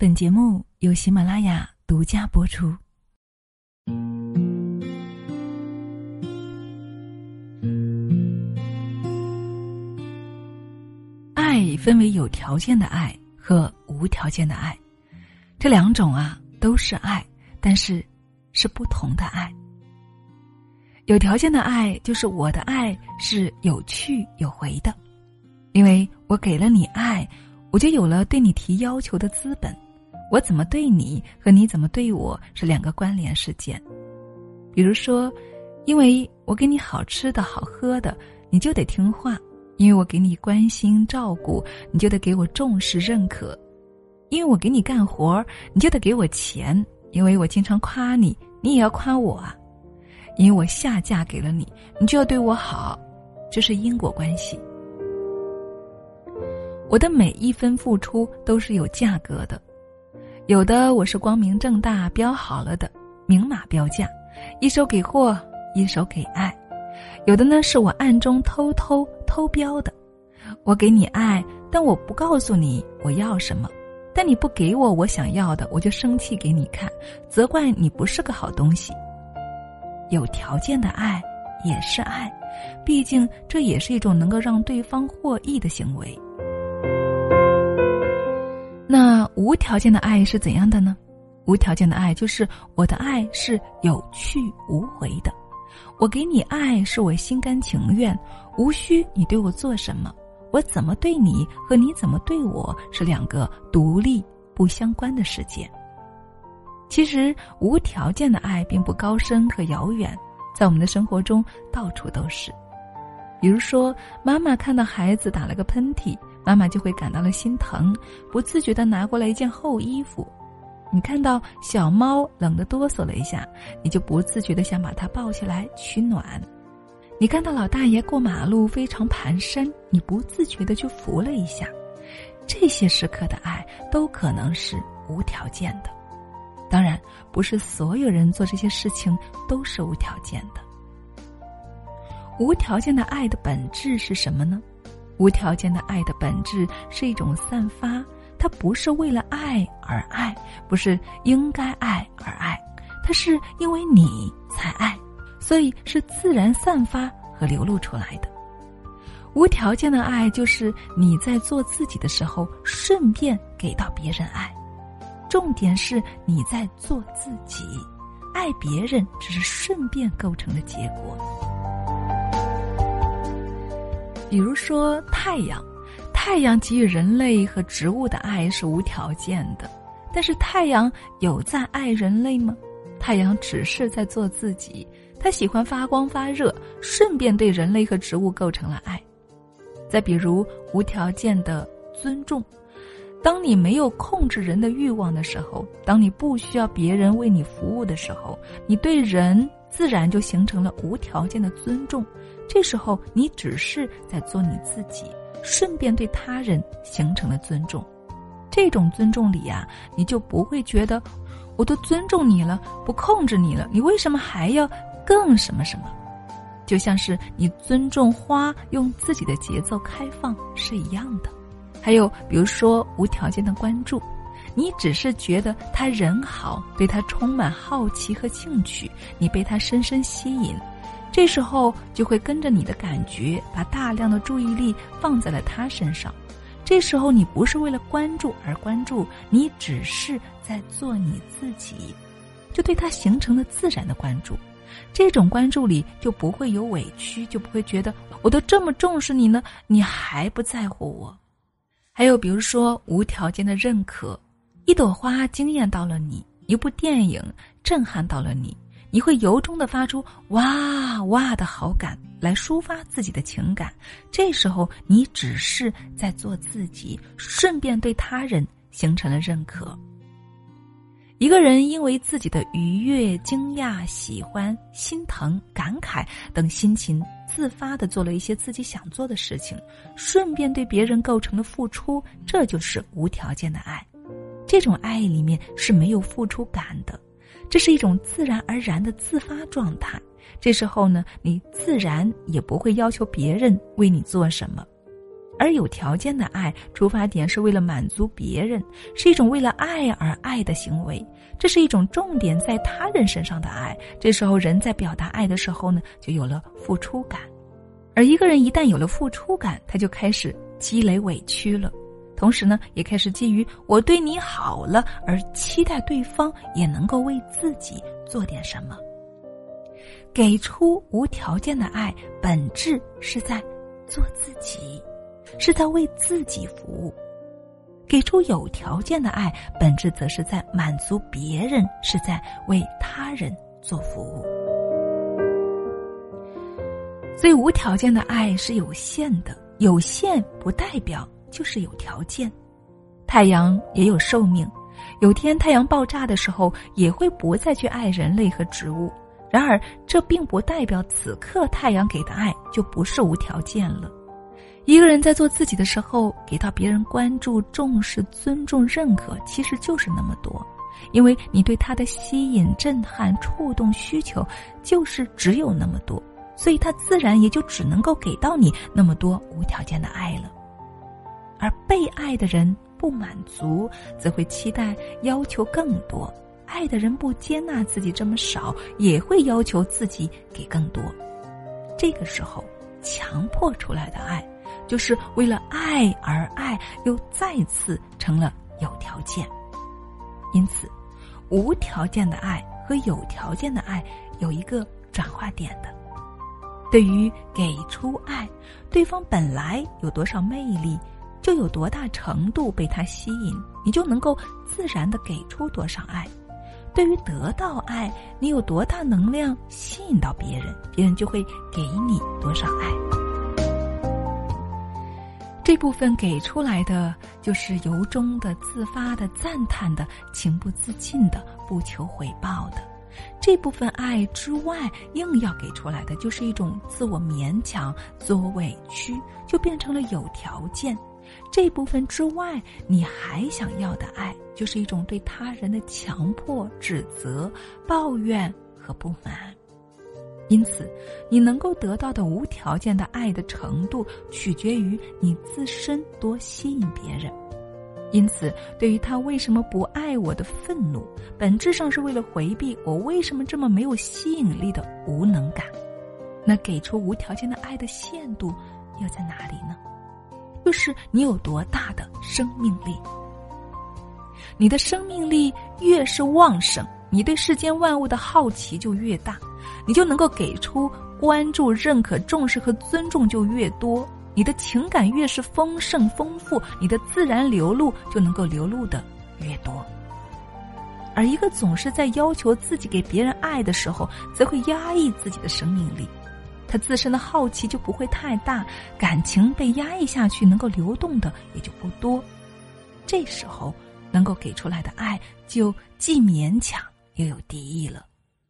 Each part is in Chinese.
本节目由喜马拉雅独家播出。爱分为有条件的爱和无条件的爱，这两种都是爱，但是是不同的爱。有条件的爱就是我的爱是有去有回的，因为我给了你爱，我就有了对你提要求的资本。我怎么对你和你怎么对我是两个关联事件。比如说，因为我给你好吃的好喝的，你就得听话；因为我给你关心照顾，你就得给我重视认可；因为我给你干活，你就得给我钱；因为我经常夸你，你也要夸我啊；因为我下嫁给了你，你就要对我好。这是因果关系。我的每一分付出都是有价格的，有的我是光明正大标好了的，明码标价，一手给货，一手给爱；有的呢是我暗中偷标的，我给你爱，但我不告诉你我要什么，但你不给我想要的，我就生气给你看，责怪你不是个好东西。有条件的爱也是爱，毕竟这也是一种能够让对方获益的行为。那无条件的爱是怎样的呢？无条件的爱就是我的爱是有去无回的，我给你爱是我心甘情愿，无需你对我做什么，我怎么对你和你怎么对我是两个独立不相关的事件。其实无条件的爱并不高深和遥远，在我们的生活中到处都是。比如说，妈妈看到孩子打了个喷嚏，妈妈就会感到了心疼，不自觉地拿过来一件厚衣服。你看到小猫冷得哆嗦了一下，你就不自觉地想把它抱起来取暖。你看到老大爷过马路非常蹒跚，你不自觉地去扶了一下。这些时刻的爱都可能是无条件的。当然，不是所有人做这些事情都是无条件的。无条件的爱的本质是什么呢？无条件的爱的本质是一种散发，它不是为了爱而爱，不是应该爱而爱，它是因为你才爱，所以是自然散发和流露出来的。无条件的爱就是你在做自己的时候顺便给到别人爱，重点是你在做自己，爱别人只是顺便构成的结果。比如说太阳给予人类和植物的爱是无条件的，但是太阳有在爱人类吗？太阳只是在做自己，它喜欢发光发热，顺便对人类和植物构成了爱。再比如无条件的尊重，当你没有控制人的欲望的时候，当你不需要别人为你服务的时候，你对人自然就形成了无条件的尊重。这时候你只是在做你自己，顺便对他人形成了尊重。这种尊重里你就不会觉得我都尊重你了，不控制你了，你为什么还要更什么什么？就像是你尊重花用自己的节奏开放是一样的。还有比如说无条件的关注，你只是觉得他人好，对他充满好奇和兴趣，你被他深深吸引，这时候就会跟着你的感觉，把大量的注意力放在了他身上。这时候你不是为了关注而关注，你只是在做你自己，就对他形成了自然的关注。这种关注里就不会有委屈，就不会觉得我都这么重视你呢，你还不在乎我。还有比如说无条件的认可，一朵花惊艳到了你，一部电影震撼到了你，你会由衷地发出哇哇的好感来抒发自己的情感。这时候你只是在做自己，顺便对他人形成了认可。一个人因为自己的愉悦、惊讶、喜欢、心疼、感慨等心情，自发地做了一些自己想做的事情，顺便对别人构成了付出，这就是无条件的爱。这种爱里面是没有付出感的，这是一种自然而然的自发状态。这时候呢，你自然也不会要求别人为你做什么。 而有条件的爱出发点是为了满足别人，是一种为了爱而爱的行为，这是一种重点在他人身上的爱。这时候人在表达爱的时候呢，就有了付出感。而一个人一旦有了付出感，他就开始积累委屈了，同时呢，也开始基于我对你好了而期待对方也能够为自己做点什么。给出无条件的爱，本质是在做自己，是在为自己服务。给出有条件的爱，本质则是在满足别人，是在为他人做服务。所以无条件的爱是有限的，有限不代表就是有条件。太阳也有寿命，有天太阳爆炸的时候，也会不再去爱人类和植物。然而这并不代表此刻太阳给的爱就不是无条件了。一个人在做自己的时候，给到别人关注、重视、尊重、认可，其实就是那么多。因为你对他的吸引、震撼、触动、需求就是只有那么多，所以他自然也就只能够给到你那么多无条件的爱了。而被爱的人不满足，则会期待要求更多，爱的人不接纳自己这么少，也会要求自己给更多。这个时候强迫出来的爱，就是为了爱而爱，又再次成了有条件。因此无条件的爱和有条件的爱有一个转化点的。对于给出爱，对方本来有多少魅力，就有多大程度被他吸引，你就能够自然地给出多少爱。对于得到爱，你有多大能量吸引到别人，别人就会给你多少爱。这部分给出来的就是由衷的、自发的、赞叹的、情不自禁的、不求回报的。这部分爱之外，硬要给出来的就是一种自我勉强、自我委屈，就变成了有条件。这部分之外，你还想要的爱，就是一种对他人的强迫、指责、抱怨和不满。因此你能够得到的无条件的爱的程度，取决于你自身多吸引别人。因此对于他为什么不爱我的愤怒，本质上是为了回避我为什么这么没有吸引力的无能感。那给出无条件的爱的限度又在哪里呢？就是你有多大的生命力。你的生命力越是旺盛，你对世间万物的好奇就越大，你就能够给出关注、认可、重视和尊重就越多。你的情感越是丰盛丰富，你的自然流露就能够流露的越多。而一个总是在要求自己给别人爱的时候，则会压抑自己的生命力，他自身的好奇就不会太大，感情被压抑下去，能够流动的也就不多。这时候能够给出来的爱就既勉强又有敌意了。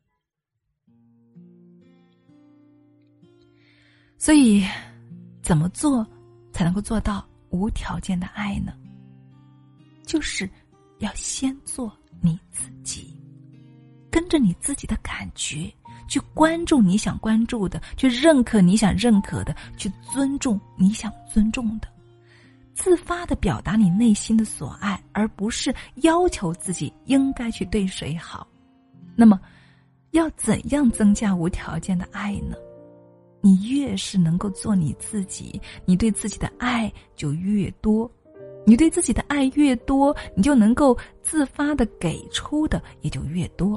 所以怎么做才能够做到无条件的爱呢？就是要先做你自己，跟着你自己的感觉去关注你想关注的，去认可你想认可的，去尊重你想尊重的，自发地表达你内心的所爱，而不是要求自己应该去对谁好。那么要怎样增加无条件的爱呢？你越是能够做你自己，你对自己的爱就越多，你对自己的爱越多，你就能够自发地给出的也就越多。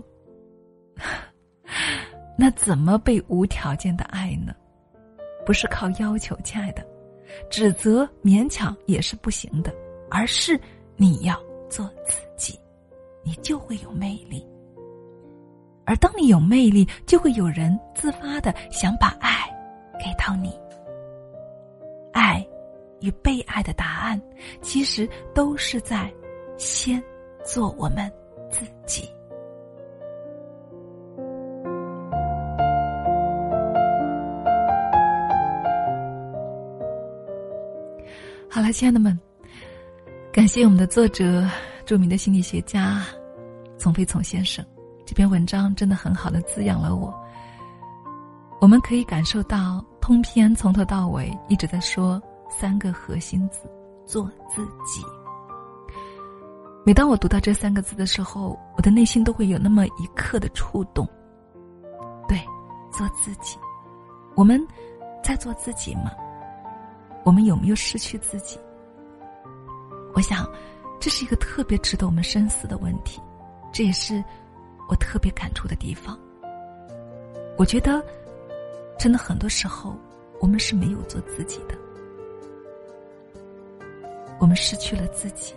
那怎么被无条件的爱呢？不是靠要求，亲爱的，指责勉强也是不行的，而是你要做自己，你就会有魅力。而当你有魅力，就会有人自发地想把爱给到你。爱与被爱的答案，其实都是在先做我们自己。好了，亲爱的们，感谢我们的作者，著名的心理学家丛飞丛先生。这篇文章真的很好的滋养了我。我们可以感受到通篇从头到尾一直在说 3个核心字：做自己。每当我读到这3个字的时候，我的内心都会有那么一刻的触动。对，做自己。我们在做自己吗？我们有没有失去自己？我想这是一个特别值得我们深思的问题，这也是我特别感触的地方。我觉得真的很多时候我们是没有做自己的，我们失去了自己。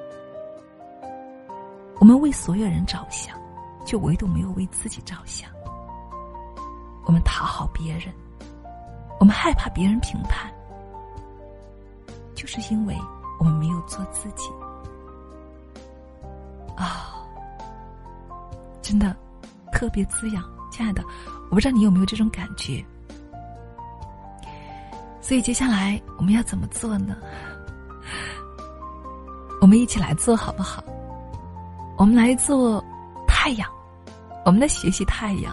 我们为所有人着想，就唯独没有为自己着想。我们讨好别人，我们害怕别人评判，就是因为我们没有做自己。真的特别滋养。亲爱的，我不知道你有没有这种感觉。所以接下来我们要怎么做呢？我们一起来做好不好？我们来做太阳，我们来学习太阳，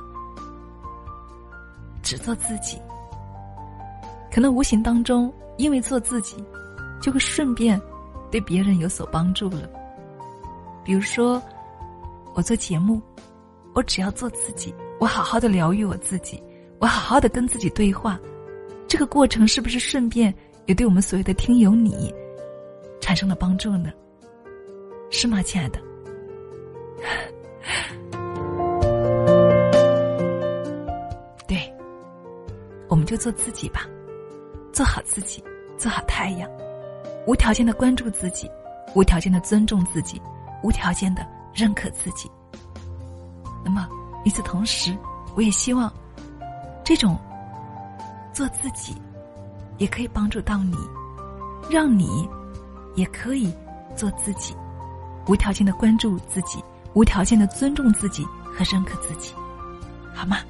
只做自己。可能无形当中因为做自己就会顺便对别人有所帮助了。比如说我做节目，我只要做自己，我好好的疗愈我自己，我好好的跟自己对话，这个过程是不是顺便也对我们所有的听友你产生了帮助呢？是吗，亲爱的？对，我们就做自己吧，做好自己，做好太阳，无条件的关注自己，无条件的尊重自己，无条件的认可自己。那么与此同时，我也希望这种做自己也可以帮助到你，让你也可以做自己，无条件的关注自己，无条件的尊重自己和认可自己，好吗？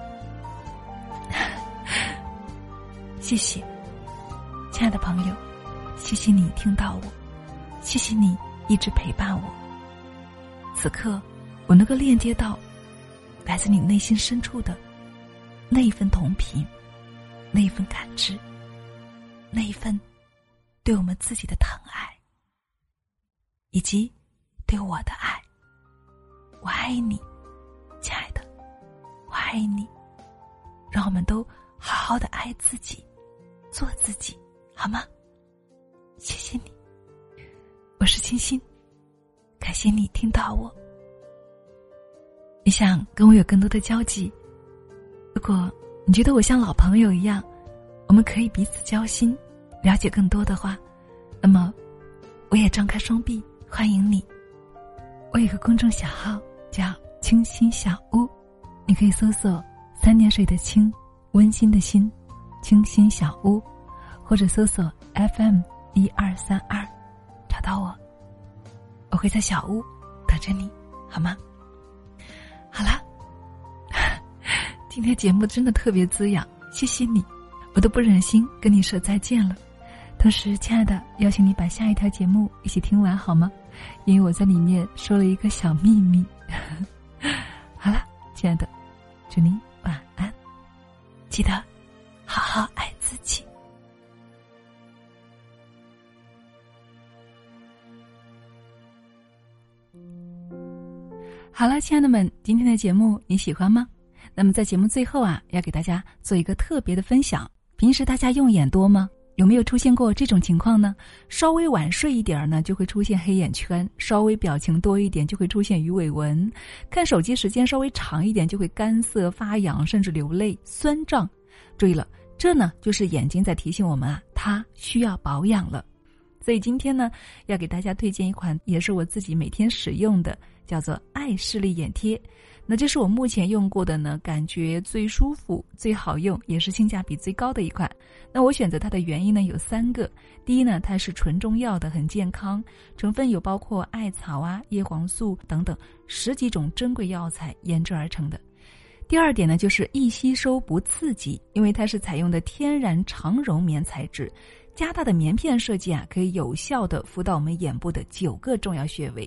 谢谢亲爱的朋友，谢谢你听到我，谢谢你一直陪伴我。此刻我能够链接到来自你内心深处的那一份同频，那一份感知，那一份对我们自己的疼爱，以及对我的爱。我爱你，亲爱的，我爱你。让我们都好好的爱自己，做自己，好吗？谢谢你，我是清新，感谢你听到我。你想跟我有更多的交集，如果你觉得我像老朋友一样，我们可以彼此交心，了解更多的话，那么我也张开双臂欢迎你。我有个公众小号叫清新小屋，你可以搜索3点水的清，温馨的心，清新小屋，或者搜索 FM1232 找到我，我会在小屋等着你，好吗？好了，今天节目真的特别滋养，谢谢你，我都不忍心跟你说再见了。同时亲爱的，邀请你把下一条节目一起听完好吗？因为我在里面说了一个小秘密。好了，亲爱的，祝你晚安，记得好好爱自己。好了，亲爱的们，今天的节目你喜欢吗？那么在节目最后要给大家做一个特别的分享。平时大家用眼多吗？有没有出现过这种情况呢？稍微晚睡一点呢，就会出现黑眼圈；稍微表情多一点，就会出现鱼尾纹；看手机时间稍微长一点，就会干涩、发痒，甚至流泪、酸胀。注意了，这呢就是眼睛在提醒我们它需要保养了。所以今天呢，要给大家推荐一款也是我自己每天使用的，叫做爱视力眼贴。那这是我目前用过的呢，感觉最舒服、最好用，也是性价比最高的一款。那我选择它的原因呢有3个。第一呢，它是纯中药的，很健康，成分有包括艾草叶黄素等等10几种珍贵药材研制而成的。第二点呢，就是易吸收不刺激，因为它是采用的天然长绒棉材质，加大的棉片设计可以有效地敷到我们眼部的9个重要穴位。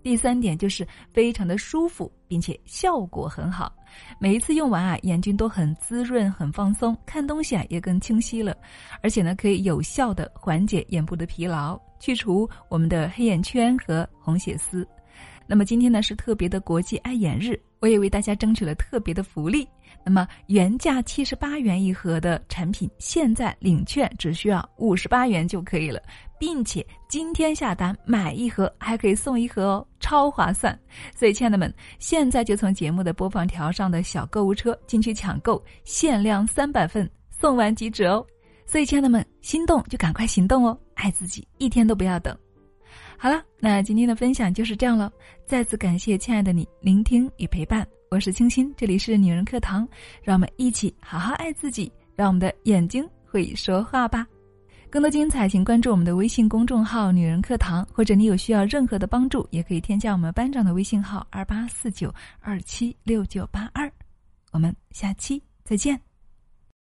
第3点就是非常的舒服，并且效果很好。每一次用完啊，眼睛都很滋润很放松，看东西啊也更清晰了。而且呢，可以有效的缓解眼部的疲劳，去除我们的黑眼圈和红血丝。那么今天呢是特别的国际爱眼日，我也为大家争取了特别的福利。那么原价78元一盒的产品，现在领券只需要58元就可以了，并且今天下单买一盒还可以送一盒哦，超划算。所以亲爱的们，现在就从节目的播放条上的小购物车进去抢购，限量300份，送完即止哦。所以亲爱的们，心动就赶快行动哦，爱自己一天都不要等。好了，那今天的分享就是这样了，再次感谢亲爱的你聆听与陪伴，我是清新，这里是女人课堂，让我们一起好好爱自己，让我们的眼睛会说话吧。更多精彩请关注我们的微信公众号女人课堂，或者你有需要任何的帮助也可以添加我们班长的微信号2849276982，我们下期再见。